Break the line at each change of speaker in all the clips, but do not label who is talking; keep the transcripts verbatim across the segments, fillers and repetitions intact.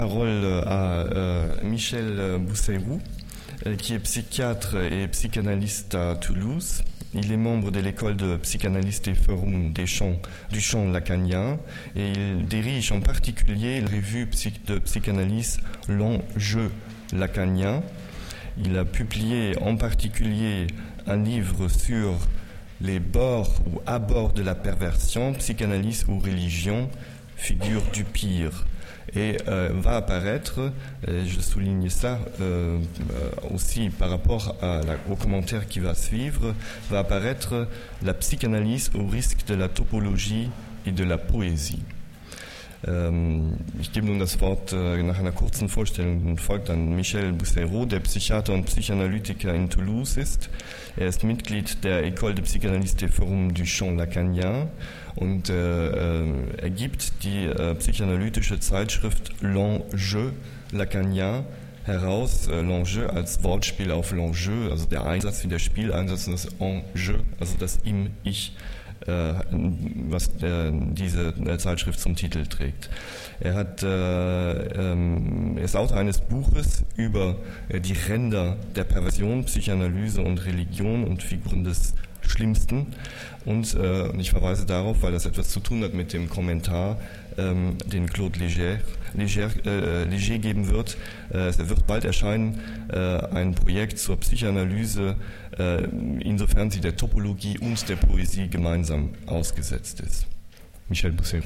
Parole à euh, Michel Boussayrou, euh, qui est psychiatre et psychanalyste à Toulouse. Il est membre de l'école de psychanalyste et forum des champs, du champ lacanien et il dirige en particulier la revue de psychanalyse L'Enjeu lacanien. Il a publié en particulier un livre sur les bords ou abords de la perversion, psychanalyse ou religion, figure du pire. Et euh, va apparaître, et je souligne ça euh, euh, aussi par rapport à la, au commentaire qui va suivre, va apparaître la psychanalyse au risque de la topologie et de la poésie. Ähm, ich gebe nun das Wort äh, nach einer kurzen Vorstellung folgt an Michel Boussayrou, der Psychiater und Psychanalytiker in Toulouse ist. Er ist Mitglied der École de Psychanalyste et Forum du Champ Lacanien und äh, er gibt die äh, psychanalytische Zeitschrift L'Enjeu Lacanien heraus. Äh, L'Enjeu als Wortspiel auf L'Enjeu, also der Einsatz wie der Spieleinsatz und das Enjeu, also das im Ich, was äh, diese äh, Zeitschrift zum Titel trägt. Er, hat, äh, ähm, er ist Autor eines Buches über äh, die Ränder der Perversion, Psychoanalyse und Religion und Figuren des Schlimmsten. Und äh, ich verweise darauf, weil das etwas zu tun hat mit dem Kommentar, ähm, den Claude Léger, Léger, äh, Léger geben wird. Äh, es wird bald erscheinen, äh, ein Projekt zur Psychoanalyse, äh, insofern sie der Topologie und der Poesie gemeinsam ausgesetzt ist. Michel Boussayrou.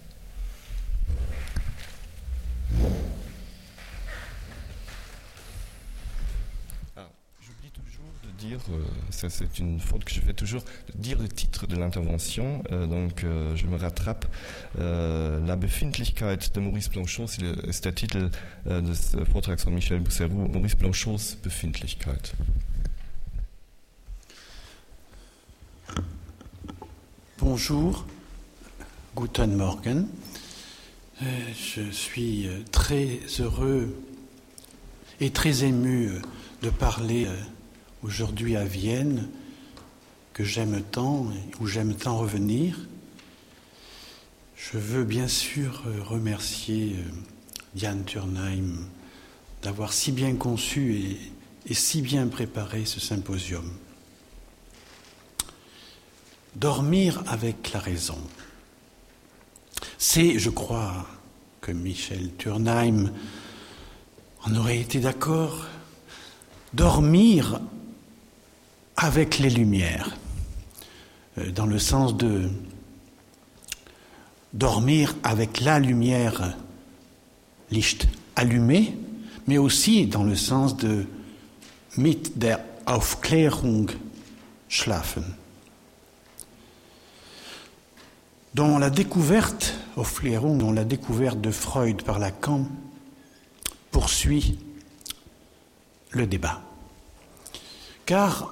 Dire, euh, ça c'est une faute que je fais toujours, de dire le titre de l'intervention, euh, donc euh, je me rattrape. Euh, La Befindlichkeit de Maurice Blanchot, c'est der Titel äh, des Vortrags von Michel Boussayrou, Maurice Blanchots Befindlichkeit.
Bonjour, guten Morgen. Euh, je suis très heureux et très ému de parler euh, aujourd'hui à Vienne, que j'aime tant, où j'aime tant revenir. Je veux bien sûr remercier Diane Turnheim d'avoir si bien conçu et, et si bien préparé ce symposium. Dormir avec la raison. C'est, je crois, que Michel Turnheim en aurait été d'accord, dormir avec les lumières, dans le sens de dormir avec la lumière, Licht, allumée, mais aussi dans le sens de mit der Aufklärung schlafen, dont la découverte, Aufklärung, dont la découverte de Freud par Lacan poursuit le débat. Car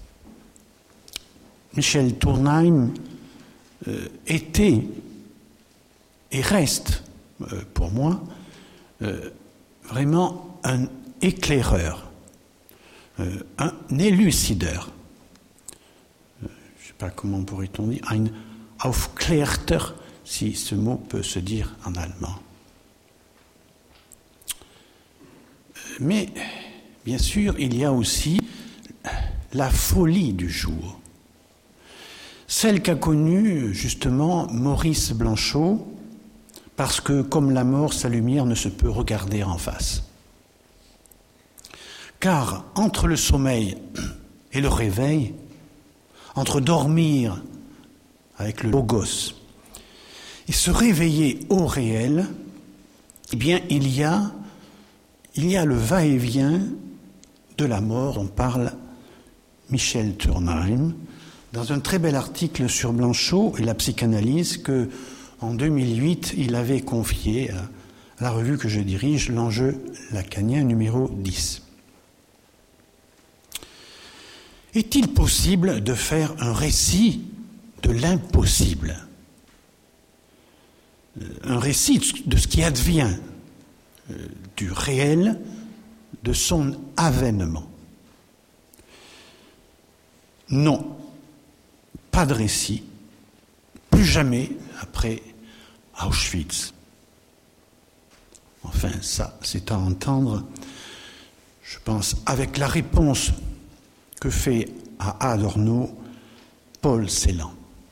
Michel Turnheim euh, était et reste, euh, pour moi, euh, vraiment un éclaireur, euh, un élucideur. Euh, je ne sais pas comment pourrait-on dire, ein Aufklärter, si ce mot peut se dire en allemand. Mais, bien sûr, il y a aussi la folie du jour. Celle qu'a connue justement Maurice Blanchot, parce que comme la mort, sa lumière ne se peut regarder en face. Car entre le sommeil et le réveil, entre dormir avec le logos et se réveiller au réel, eh bien il y a, il y a le va-et-vient de la mort. On parle Michel Turnheim dans un très bel article sur Blanchot et la psychanalyse que, en deux mille huit, il avait confié à la revue que je dirige, L'Enjeu lacanien numéro dix. Est-il possible de faire un récit de l'impossible? Un récit de ce qui advient, du réel, de son avènement? Non. Pas de récit, plus jamais après Auschwitz. Enfin, ça, c'est à entendre, je pense, avec la réponse que fait à Adorno Paul Celan.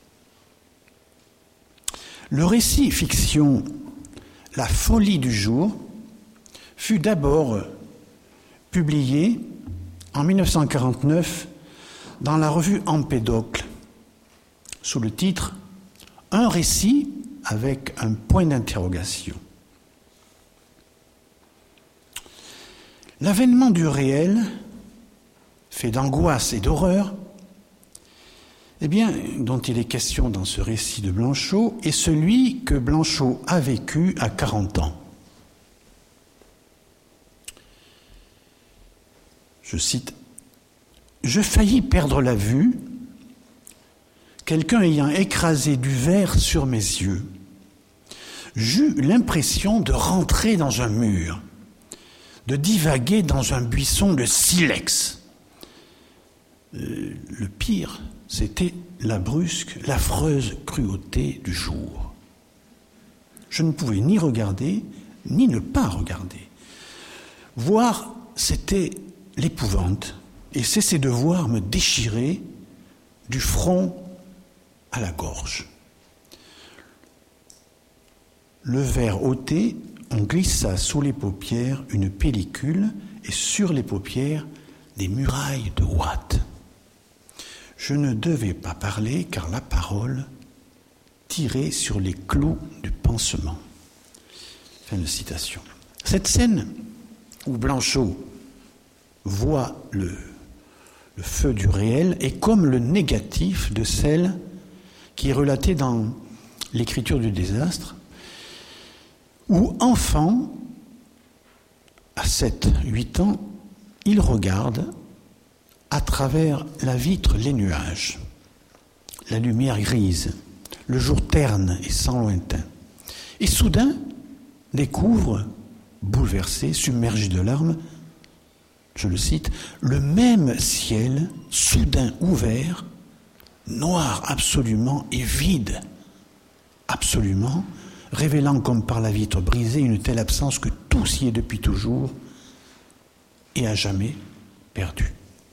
Le récit fiction « La folie du jour » fut d'abord publié en mille neuf cent quarante-neuf dans la revue Empédocle, sous le titre « Un récit avec un point d'interrogation ». L'avènement du réel, fait d'angoisse et d'horreur, eh bien, dont il est question dans ce récit de Blanchot, est celui que Blanchot a vécu à quarante ans. Je cite, « Je faillis perdre la vue, quelqu'un ayant écrasé du verre sur mes yeux. J'eus l'impression de rentrer dans un mur, de divaguer dans un buisson de silex. Euh, le pire, c'était la brusque, l'affreuse cruauté du jour. Je ne pouvais ni regarder, ni ne pas regarder. Voir, c'était l'épouvante, et cesser de voir me déchirer du front à la gorge. Le verre ôté, on glissa sous les paupières une pellicule et sur les paupières des murailles de ouate. Je ne devais pas parler car la parole tirait sur les clous du pansement. » Fin de citation. Cette scène où Blanchot voit le, le feu du réel est comme le négatif de celle qui est relatée dans l'écriture du désastre, où enfant, à sept huit ans, il regarde à travers la vitre les nuages, la lumière grise, le jour terne et sans lointain. Et soudain, découvre, bouleversé, submergé de larmes, je le cite, le même ciel, soudain ouvert, noir absolument et vide, absolument, révélant comme par la vitre brisée une telle absence que tout s'y est depuis toujours et à jamais perdu.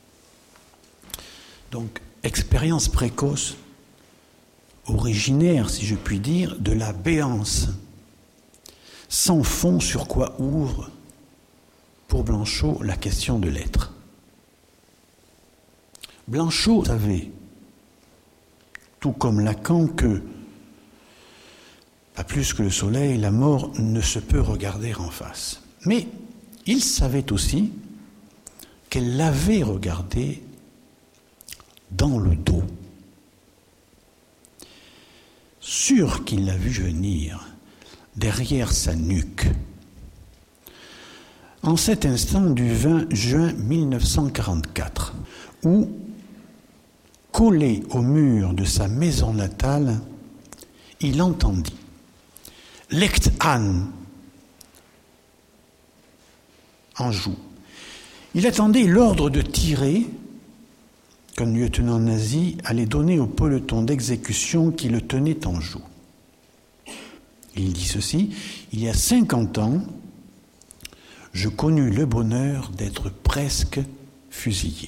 Donc, expérience précoce, originaire, si je puis dire, de la béance, sans fond sur quoi ouvre, pour Blanchot, la question de l'être. Blanchot savait, tout comme Lacan, que pas plus que le soleil, la mort ne se peut regarder en face. Mais il savait aussi qu'elle l'avait regardé dans le dos. Sûr qu'il l'a vu venir derrière sa nuque. En cet instant du vingt juin mille neuf cent quarante-quatre, où, collé au mur de sa maison natale, il entendit « Lect an » en joue. Il attendait l'ordre de tirer qu'un lieutenant nazi allait donner au peloton d'exécution qui le tenait en joue. Il dit ceci, « Il y a cinquante ans, je connus le bonheur d'être presque fusillé. »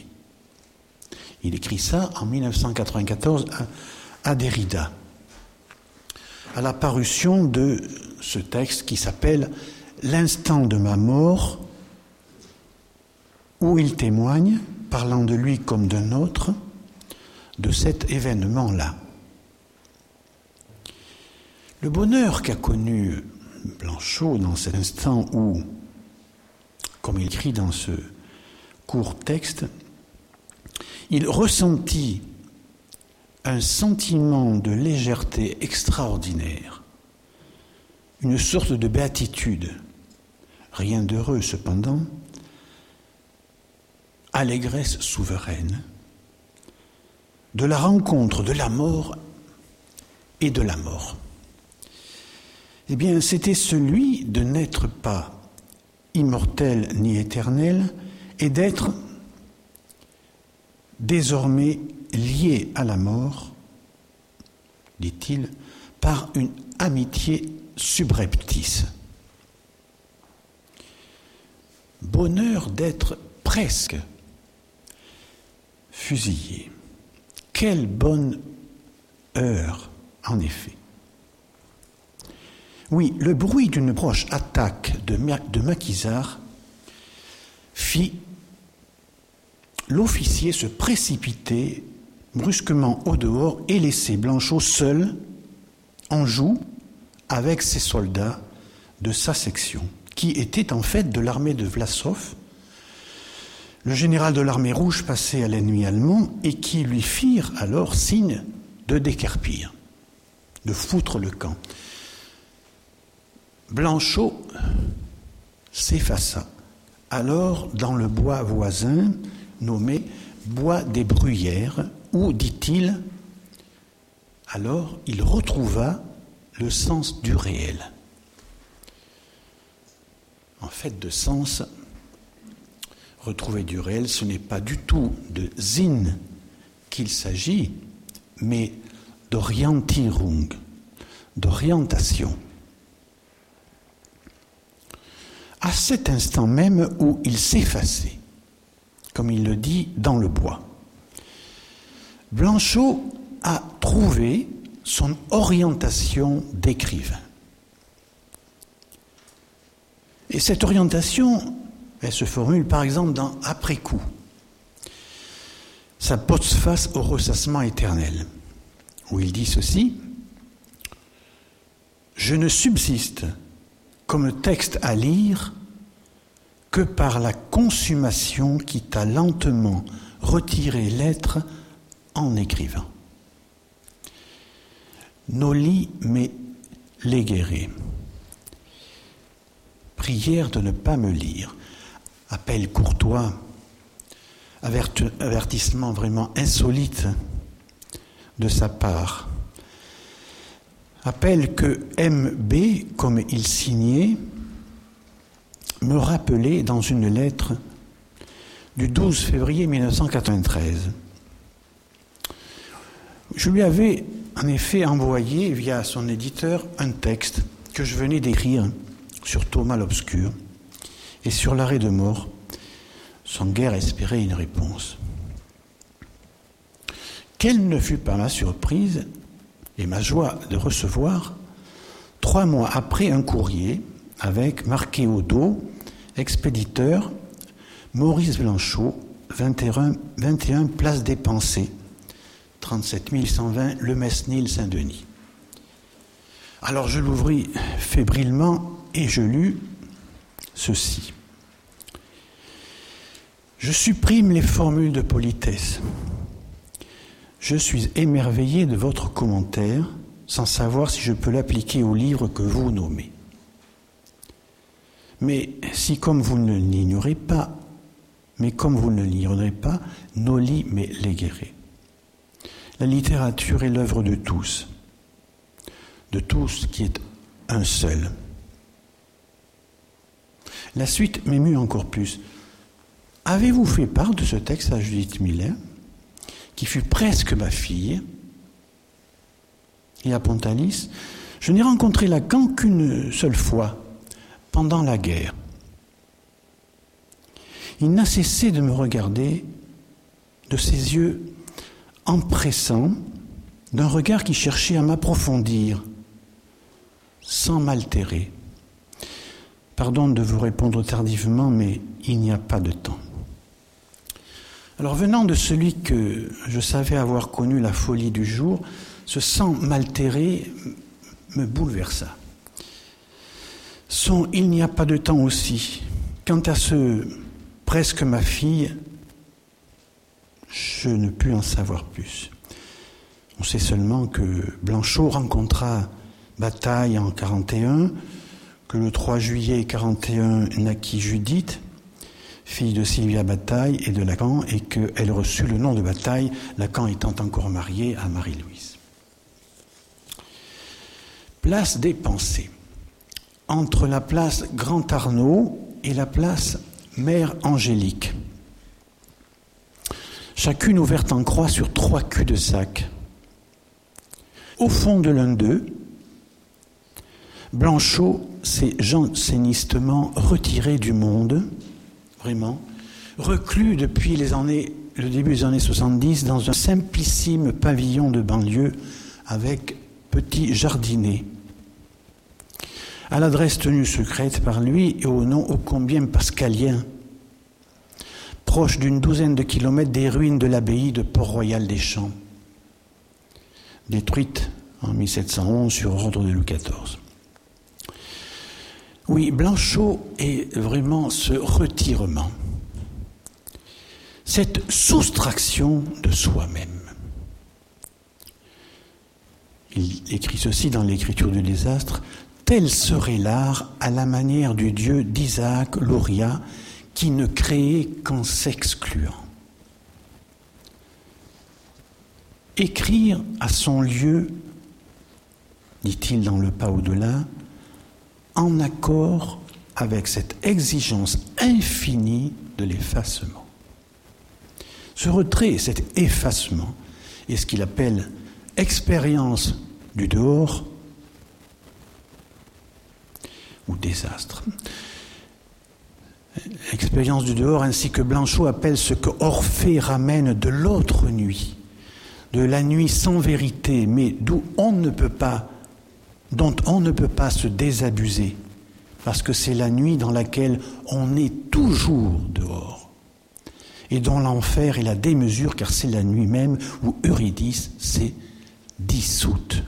Il écrit ça en mille neuf cent quatre-vingt-quatorze à, à Derrida, à la parution de ce texte qui s'appelle « L'instant de ma mort », où il témoigne, parlant de lui comme d'un autre, de cet événement-là. Le bonheur qu'a connu Blanchot dans cet instant où, comme il écrit dans ce court texte, il ressentit un sentiment de légèreté extraordinaire, une sorte de béatitude, rien d'heureux cependant, allégresse souveraine, de la rencontre de la mort et de la mort. Eh bien, c'était celui de n'être pas immortel ni éternel et d'être désormais lié à la mort, dit-il, par une amitié subreptice. bonheur d'être presque fusillé. Quelle bonne heure, en effet. Oui, le bruit d'une proche attaque de, Ma- de Maquisard fit l'officier se précipiter brusquement au dehors et laisser Blanchot seul en joue avec ses soldats de sa section, qui étaient en fait de l'armée de Vlasov, le général de l'armée rouge passé à l'ennemi allemand, et qui lui firent alors signe de décarpir, de foutre le camp. Blanchot s'effaça alors dans le bois voisin nommé Bois des Bruyères, où, dit-il, alors il retrouva le sens du réel. En fait, de sens, retrouver du réel, ce n'est pas du tout de Sinn qu'il s'agit, mais d'Orientierung, d'orientation. À cet instant même où il s'effaçait, comme il le dit dans le bois, Blanchot a trouvé son orientation d'écrivain. Et cette orientation, elle se formule par exemple dans Après coup. Ça pose face au ressassement éternel, où il dit ceci: « Je ne subsiste comme texte à lire que par la consommation qui t'a lentement retiré l'être en écrivant. Noli me legere. Prière de ne pas me lire. Appel courtois, avertissement vraiment insolite de sa part. Appel que M B, comme il signait, me rappelait dans une lettre du douze février mille neuf cent quatre-vingt-treize. Je lui avais en effet envoyé via son éditeur un texte que je venais d'écrire sur Thomas l'Obscur et sur l'arrêt de mort, sans guère espérer une réponse. Quelle ne fut pas ma surprise et ma joie de recevoir, trois mois après, un courrier avec marqué au dos « Expéditeur, Maurice Blanchot, vingt et un, vingt et un Place des Pensées, trente-sept mille cent vingt Le Mesnil, Saint-Denis ». Alors je l'ouvris fébrilement et je lus ceci. Je supprime les formules de politesse. Je suis émerveillé de votre commentaire, sans savoir si je peux l'appliquer au livre que vous nommez. Mais si, comme vous ne l'ignorez pas, mais comme vous ne l'ignorez pas, noli me legere. La littérature est l'œuvre de tous, de tous qui est un seul. La suite m'émut encore plus. Avez-vous fait part de ce texte à Judith Miller, qui fut presque ma fille, et à Pontalis? Je n'ai rencontré Lacan qu'une seule fois, pendant la guerre. Il n'a cessé de me regarder de ses yeux empressants, d'un regard qui cherchait à m'approfondir, sans m'altérer. Pardon de vous répondre tardivement, mais il n'y a pas de temps. Alors, venant de celui que je savais avoir connu la folie du jour, ce sans m'altérer me bouleversa. Son « il n'y a pas de temps » aussi. Quant à ce « presque ma fille », je ne pus en savoir plus. On sait seulement que Blanchot rencontra Bataille en quarante et un, que le trois juillet quarante et un naquit Judith, fille de Sylvia Bataille et de Lacan, et qu'elle reçut le nom de Bataille, Lacan étant encore marié à Marie-Louise. Place des Pensées. Entre la place Grand Arnaud et la place Mère Angélique. Chacune ouverte en croix sur trois culs-de-sac. Au fond de l'un d'eux, Blanchot s'est jansénistement retiré du monde vraiment, reclus depuis les années, le début des années soixante-dix dans un simplissime pavillon de banlieue avec petit jardinet. À l'adresse tenue secrète par lui et au nom ô combien pascalien, proche d'une douzaine de kilomètres des ruines de l'abbaye de Port-Royal des Champs, détruite en mille sept cent onze sur ordre de Louis quatorze. Oui, Blanchot est vraiment ce retirement, cette soustraction de soi-même. Il écrit ceci dans l'Écriture du désastre: « Tel serait l'art à la manière du Dieu d'Isaac Luria, qui ne créait qu'en s'excluant. » Écrire à son lieu, dit-il dans Le Pas au-delà, en accord avec cette exigence infinie de l'effacement. Ce retrait, cet effacement, est ce qu'il appelle expérience du dehors ou désastre. Expérience du dehors, ainsi que Blanchot appelle ce que Orphée ramène de l'autre nuit, de la nuit sans vérité, mais d'où on ne peut pas, dont on ne peut pas se désabuser, parce que c'est la nuit dans laquelle on est toujours dehors, et dont l'enfer est la démesure, car c'est la nuit même où Eurydice s'est dissoute.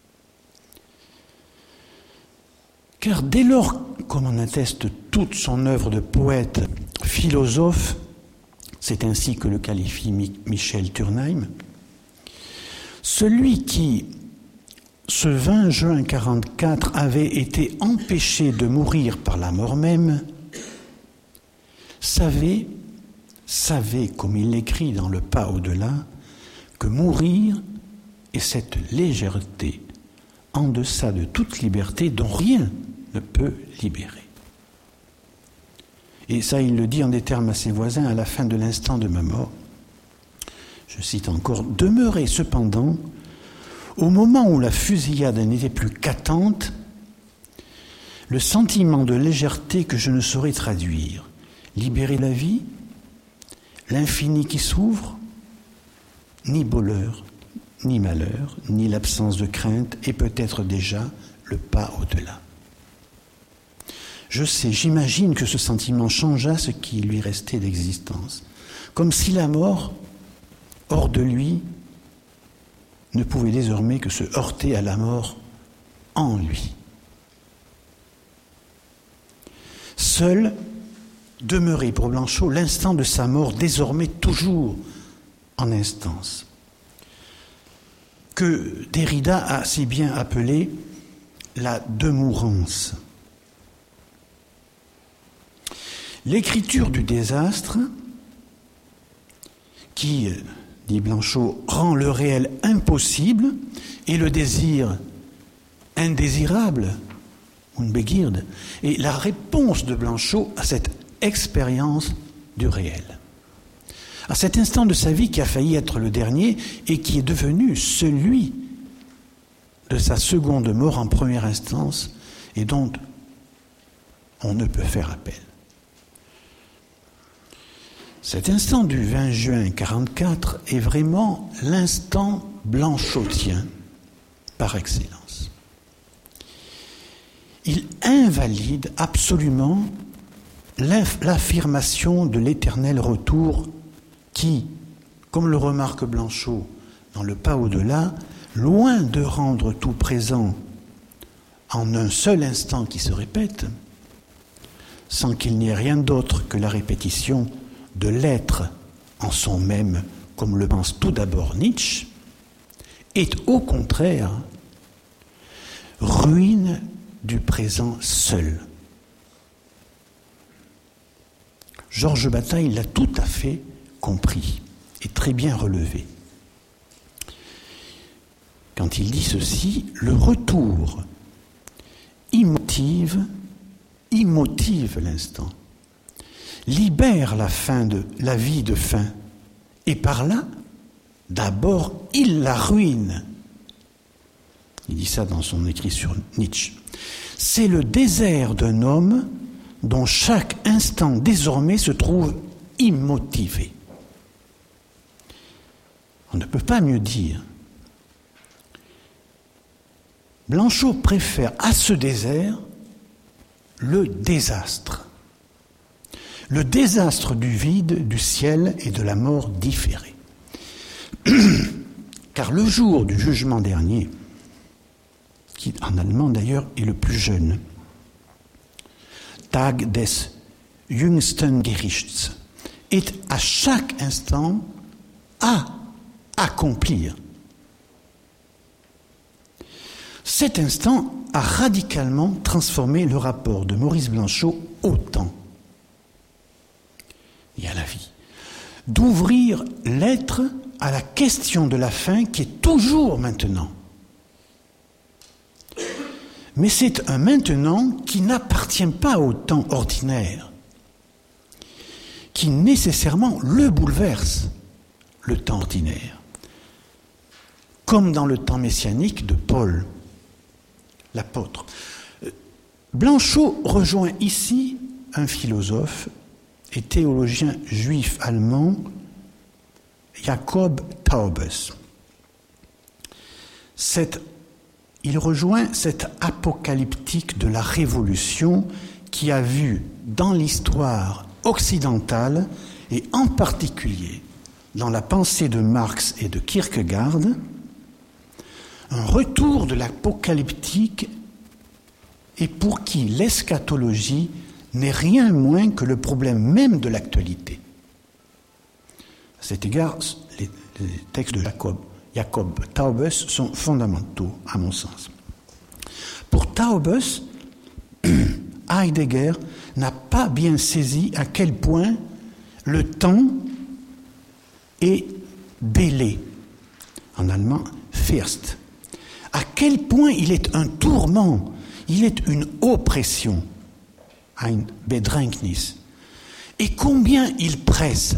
Car dès lors, comme en atteste toute son œuvre de poète, philosophe, c'est ainsi que le qualifie Michel Turnheim, celui qui, ce vingt juin mille neuf cent quarante-quatre, avait été empêché de mourir par la mort même, savait, savait, comme il l'écrit dans Le Pas au-delà, que mourir est cette légèreté en deçà de toute liberté dont rien ne peut libérer. Et ça, il le dit en des termes à ses voisins à la fin de l'instant de ma mort. Je cite encore: « Demeurez cependant, au moment où la fusillade n'était plus qu'attente, le sentiment de légèreté que je ne saurais traduire, libérer la vie, l'infini qui s'ouvre, ni bonheur, ni malheur, ni l'absence de crainte, et peut-être déjà le pas au-delà. » Je sais, j'imagine que ce sentiment changea ce qui lui restait d'existence, comme si la mort, hors de lui, ne pouvait désormais que se heurter à la mort en lui. Seul demeurait pour Blanchot l'instant de sa mort, désormais toujours en instance, que Derrida a si bien appelé la demourance. L'écriture du désastre, qui, dit Blanchot, rend le réel impossible et le désir indésirable, unbegierde, est la réponse de Blanchot à cette expérience du réel, à cet instant de sa vie qui a failli être le dernier et qui est devenu celui de sa seconde mort en première instance et dont on ne peut faire appel. Cet instant du vingt juin mille neuf cent quarante-quatre est vraiment l'instant blanchotien par excellence. Il invalide absolument l'affirmation de l'éternel retour qui, comme le remarque Blanchot dans Le Pas au-delà, loin de rendre tout présent en un seul instant qui se répète, sans qu'il n'y ait rien d'autre que la répétition de l'être en son même, comme le pense tout d'abord Nietzsche, est au contraire ruine du présent seul. Georges Bataille l'a tout à fait compris et très bien relevé. Quand il dit ceci, le retour immotive, immotive l'instant, libère la fin de la vie de fin, et par là, d'abord, il la ruine. Il dit ça dans son écrit sur Nietzsche. C'est le désert d'un homme dont chaque instant désormais se trouve immotivé. On ne peut pas mieux dire. Blanchot préfère à ce désert le désastre. Le désastre du vide, du ciel et de la mort différée. Car le jour du jugement dernier, qui en allemand d'ailleurs est le plus jeune, Tag des jüngsten Gerichts, est à chaque instant à accomplir. Cet instant a radicalement transformé le rapport de Maurice Blanchot au temps et à la vie. D'ouvrir l'être à la question de la fin qui est toujours maintenant. Mais c'est un maintenant qui n'appartient pas au temps ordinaire, qui nécessairement le bouleverse, le temps ordinaire. Comme dans le temps messianique de Paul, l'apôtre. Blanchot rejoint ici un philosophe et théologien juif allemand, Jacob Taubes. Cette, il rejoint cette apocalyptique de la Révolution qui a vu dans l'histoire occidentale, et en particulier dans la pensée de Marx et de Kierkegaard, un retour de l'apocalyptique et pour qui l'eschatologie n'est rien moins que le problème même de l'actualité. À cet égard, les, les textes de Jacob, Jacob Taubes sont fondamentaux, à mon sens. Pour Taubes, Heidegger n'a pas bien saisi à quel point le temps est délai, en allemand First. À quel point il est un tourment, il est une oppression, ein Bedrängnis, et combien il presse.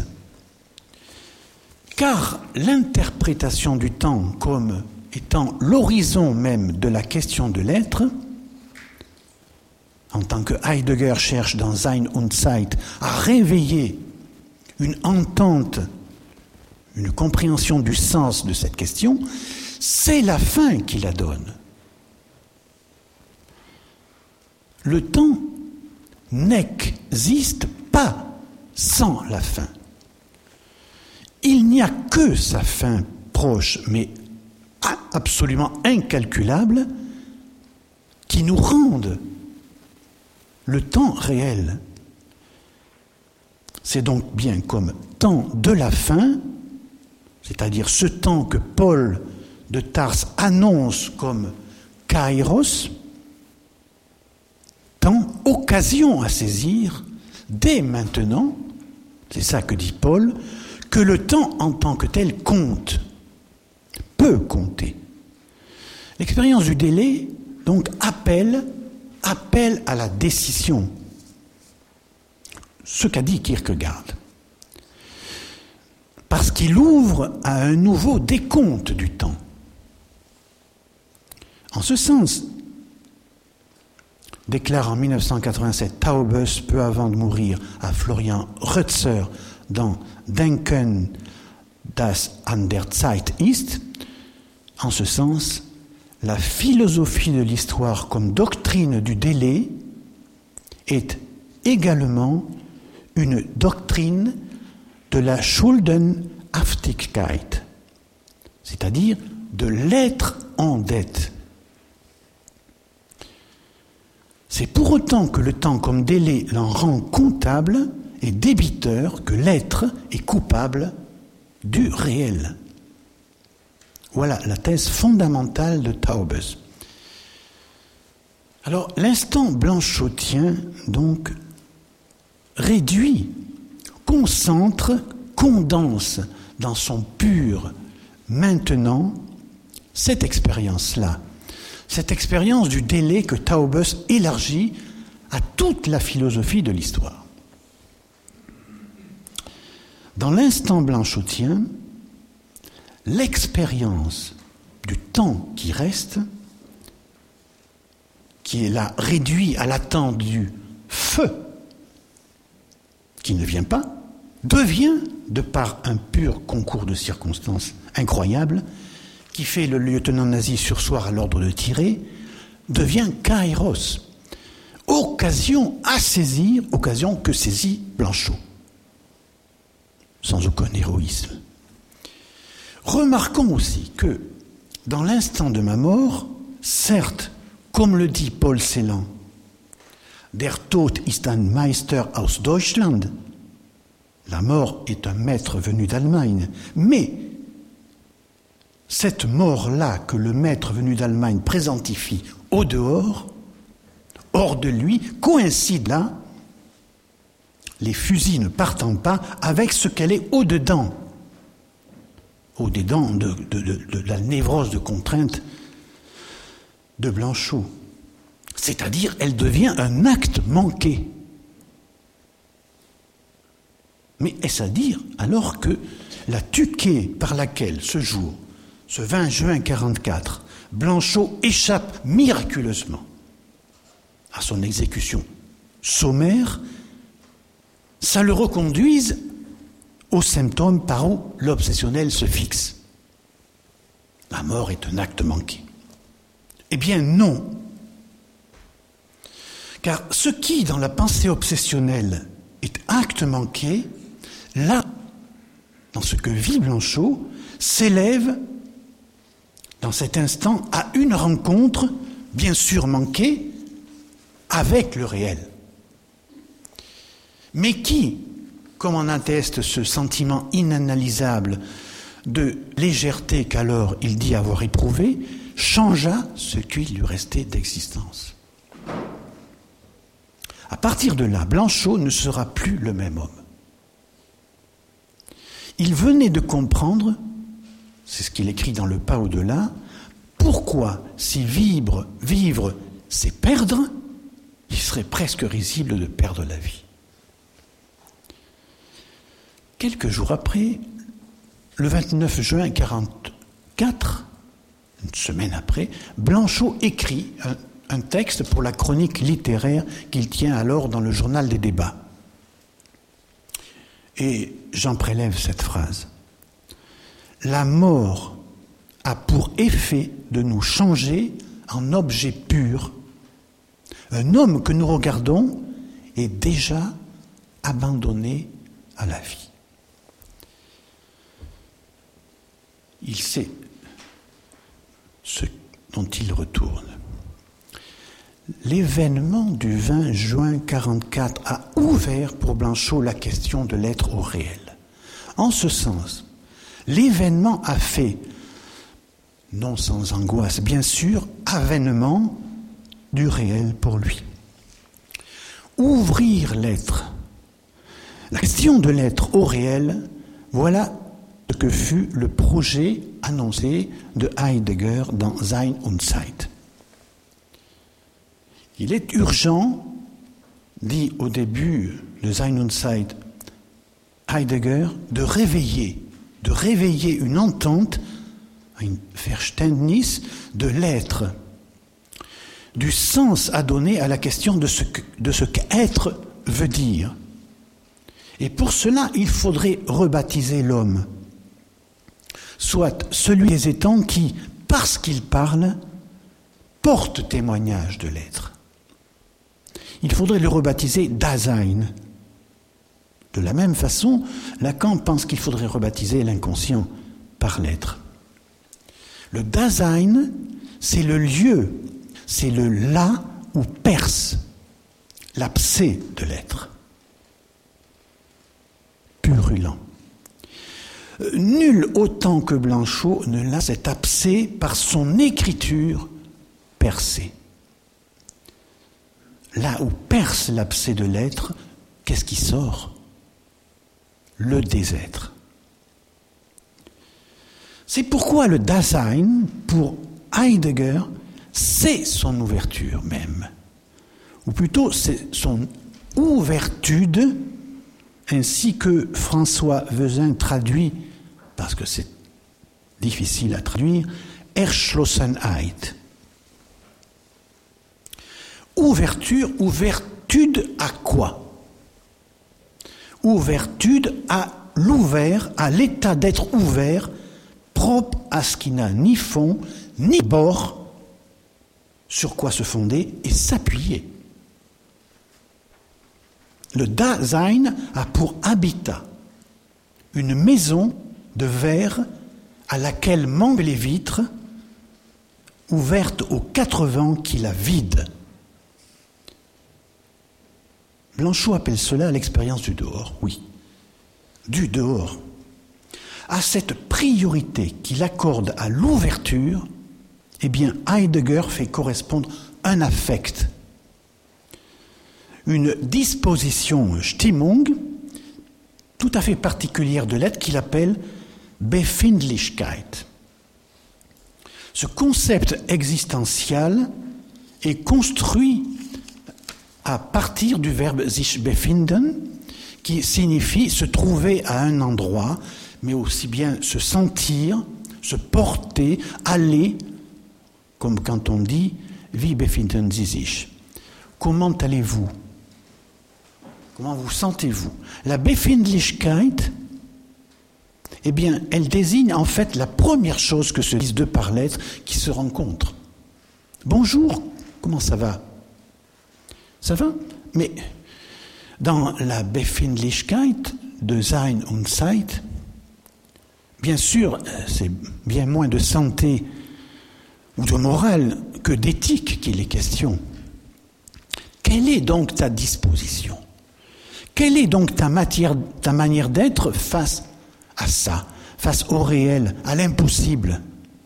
Car l'interprétation du temps comme étant l'horizon même de la question de l'être, en tant que Heidegger cherche dans Sein und Zeit à réveiller une entente, une compréhension du sens de cette question, c'est la fin qui la donne. Le temps n'existe pas sans la fin. Il n'y a que sa fin proche, mais absolument incalculable, qui nous rende le temps réel. C'est donc bien comme temps de la fin, c'est-à-dire ce temps que Paul de Tarse annonce comme kairos, temps, occasion à saisir, dès maintenant, c'est ça que dit Paul, que le temps en tant que tel compte, peut compter. L'expérience du délai, donc, appelle, appelle à la décision. Ce qu'a dit Kierkegaard. Parce qu'il ouvre à un nouveau décompte du temps. En ce sens, déclare en dix-neuf cent quatre-vingt-sept Taubes, peu avant de mourir, à Florian Rötzer dans Denken, das an der Zeit ist, en ce sens, la philosophie de l'histoire comme doctrine du délai est également une doctrine de la Schuldenhaftigkeit, c'est-à-dire de l'être en dette. C'est pour autant que le temps comme délai l'en rend comptable et débiteur que l'être est coupable du réel. Voilà la thèse fondamentale de Taubes. Alors, l'instant blanchotien, donc, réduit, concentre, condense dans son pur maintenant cette expérience-là, cette expérience du délai que Taubes élargit à toute la philosophie de l'histoire. Dans l'instant blanchotien, l'expérience du temps qui reste, qui est là réduit à l'attente du feu qui ne vient pas, devient, de par un pur concours de circonstances incroyable, qui fait le lieutenant nazi sursoir à l'ordre de tirer, devient kairos, occasion à saisir, occasion que saisit Blanchot, sans aucun héroïsme. Remarquons aussi que, dans l'instant de ma mort, certes, comme le dit Paul Celan, Der Tod ist ein Meister aus Deutschland, la mort est un maître venu d'Allemagne, mais cette mort-là que le maître venu d'Allemagne présentifie au dehors, hors de lui, coïncide là, les fusils ne partant pas, avec ce qu'elle est au-dedans, au-dedans de, de, de, de la névrose de contrainte de Blanchot. C'est-à-dire, elle devient un acte manqué. Mais est-ce à dire alors que la tuquée par laquelle ce jour, ce vingt juin quarante-quatre, Blanchot échappe miraculeusement à son exécution sommaire, ça le reconduise au symptôme par où l'obsessionnel se fixe. La mort est un acte manqué. Eh bien non. Car ce qui, dans la pensée obsessionnelle, est acte manqué, là, dans ce que vit Blanchot, s'élève, dans cet instant, à une rencontre, bien sûr manquée, avec le réel. Mais qui, comme en atteste ce sentiment inanalysable de légèreté qu'alors il dit avoir éprouvé, changea ce qui lui restait d'existence. À partir de là, Blanchot ne sera plus le même homme. Il venait de comprendre, c'est ce qu'il écrit dans Le Pas au-delà, pourquoi si vivre, vivre, c'est perdre, il serait presque risible de perdre la vie. Quelques jours après, le vingt-neuf juin quarante-quatre, une semaine après, Blanchot écrit un, un texte pour la chronique littéraire qu'il tient alors dans le journal des débats. Et j'en prélève cette phrase. La mort a pour effet de nous changer en objet pur. Un homme que nous regardons est déjà abandonné à la vie. Il sait ce dont il retourne. L'événement du vingt juin quarante-quatre a ouvert pour Blanchot la question de l'être au réel. En ce sens, l'événement a fait, non sans angoisse bien sûr, avènement du réel pour lui. Ouvrir l'être, la question de l'être au réel, voilà ce que fut le projet annoncé de Heidegger dans Sein und Zeit. Il est urgent, dit au début de Sein und Zeit Heidegger, de réveiller, de réveiller une entente, un Verständnis de l'être, du sens à donner à la question de ce que, de ce qu'être veut dire. Et pour cela, il faudrait rebaptiser l'homme, soit celui des étangs qui, parce qu'il parle, porte témoignage de l'être. Il faudrait le rebaptiser Dasein. De la même façon, Lacan pense qu'il faudrait rebaptiser l'inconscient par l'être. Le Dasein, c'est le lieu, c'est le là où perce l'abcès de l'être. Purulent. Nul autant que Blanchot ne l'a cet abcès par son écriture percée. Là où perce l'abcès de l'être, qu'est-ce qui sort ? Le désêtre. C'est pourquoi le Dasein, pour Heidegger, c'est son ouverture même. Ou plutôt, c'est son ouvertude, ainsi que François Vezin traduit, parce que c'est difficile à traduire, Erschlossenheit. Ouverture, ouvertude à quoi ? ouvertude à l'ouvert, à l'état d'être ouvert, propre à ce qui n'a ni fond, ni bord, sur quoi se fonder et s'appuyer. Le Dasein a pour habitat une maison de verre à laquelle manquent les vitres, ouverte aux quatre vents qui la vident. Blanchot appelle cela l'expérience du dehors, oui, du dehors. À cette priorité qu'il accorde à l'ouverture, eh bien Heidegger fait correspondre un affect, une disposition Stimmung tout à fait particulière de l'être qu'il appelle Befindlichkeit. Ce concept existentiel est construit à partir du verbe sich befinden, qui signifie se trouver à un endroit, mais aussi bien se sentir, se porter, aller, comme quand on dit « Wie befinden Sie sich ?» Comment allez-vous? Comment vous sentez-vous? La Befindlichkeit, eh bien, elle désigne en fait la première chose que se disent deux par lettres qui se rencontrent. Bonjour, comment ça va? Ça va? Mais dans la Befindlichkeit de Sein und Zeit, bien sûr, c'est bien moins de santé ou de morale que d'éthique qu'il est question. Quelle est donc ta disposition? Quelle est donc ta, matière, ta manière d'être face à ça, face au réel, à l'impossible?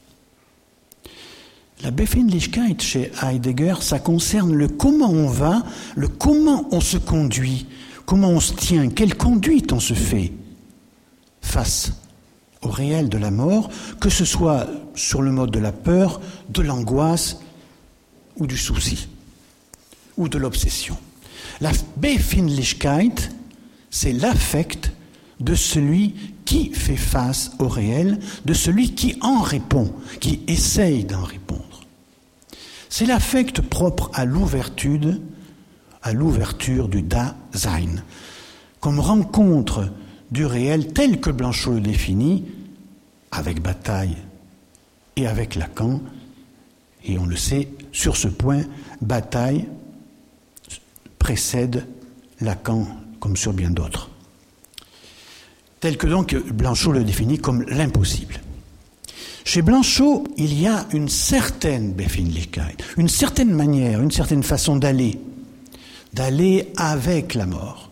La Befindlichkeit chez Heidegger, ça concerne le comment on va, le comment on se conduit, comment on se tient, quelle conduite on se fait face au réel de la mort, que ce soit sur le mode de la peur, de l'angoisse ou du souci, ou de l'obsession. La Befindlichkeit, c'est l'affect de celui qui fait face au réel, de celui qui en répond, qui essaye d'en répondre. C'est l'affect propre à l'ouverture, à l'ouverture du Dasein, comme rencontre du réel tel que Blanchot le définit, avec Bataille et avec Lacan, et on le sait, sur ce point, Bataille précède Lacan comme sur bien d'autres. Tel que donc Blanchot le définit comme l'impossible. Chez Blanchot, il y a une certaine Befindlichkeit, une certaine manière, une certaine façon d'aller, d'aller avec la mort,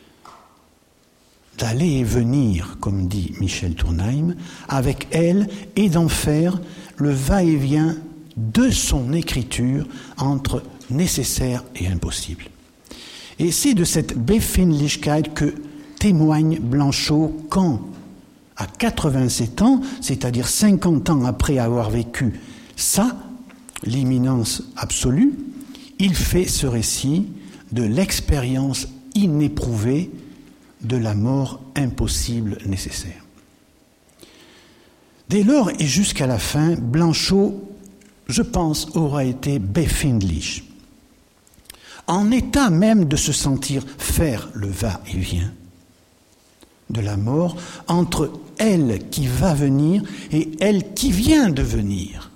d'aller et venir, comme dit Michel Tournheim, avec elle et d'en faire le va-et-vient de son écriture entre nécessaire et impossible. Et c'est de cette Befindlichkeit que témoigne Blanchot quand, à quatre-vingt-sept ans, c'est-à-dire cinquante ans après avoir vécu ça, l'imminence absolue, il fait ce récit de l'expérience inéprouvée de la mort impossible nécessaire. Dès lors et jusqu'à la fin, Blanchot, je pense, aura été befindlich, en état même de se sentir faire le va-et-vient de la mort entre elle qui va venir et elle qui vient de venir.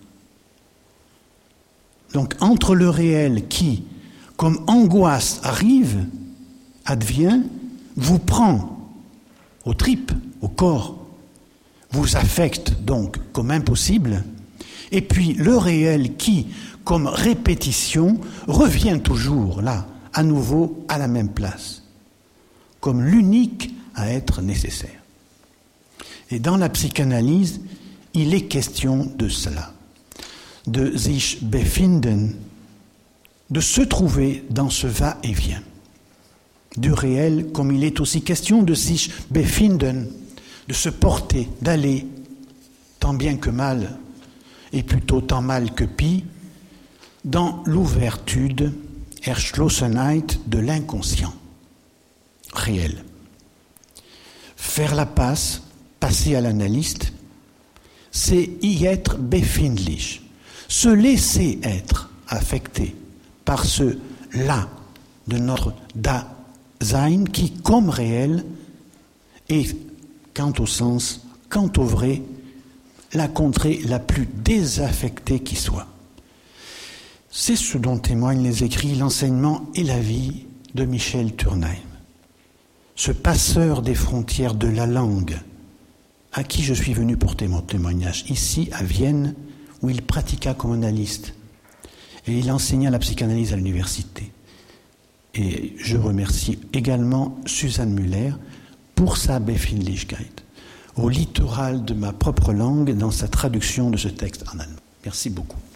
Donc entre le réel qui, comme angoisse arrive, advient, vous prend aux tripes, au corps, vous affecte donc comme impossible, et puis le réel qui, comme répétition, revient toujours là, à nouveau à la même place, comme l'unique à être nécessaire. Et dans la psychanalyse, il est question de cela, de sich befinden, de se trouver dans ce va-et-vient du réel, comme il est aussi question de sich befinden, de se porter, d'aller, tant bien que mal, et plutôt tant mal que pis, dans l'ouverture, Erschlossenheit de l'inconscient réel. Faire la passe, passer à l'analyste, c'est y être befindlich, se laisser être affecté par ce là de notre Dasein qui, comme réel, et quant au sens, quant au vrai, la contrée la plus désaffectée qui soit. C'est ce dont témoignent les écrits, l'enseignement et la vie de Michel Turnheim, ce passeur des frontières de la langue, à qui je suis venu porter mon témoignage, ici à Vienne, où il pratiqua comme analyste, et il enseigna la psychanalyse à l'université. Et je remercie également Suzanne Müller pour sa Befindlichkeit, au littoral de ma propre langue dans sa traduction de ce texte en allemand. Merci beaucoup.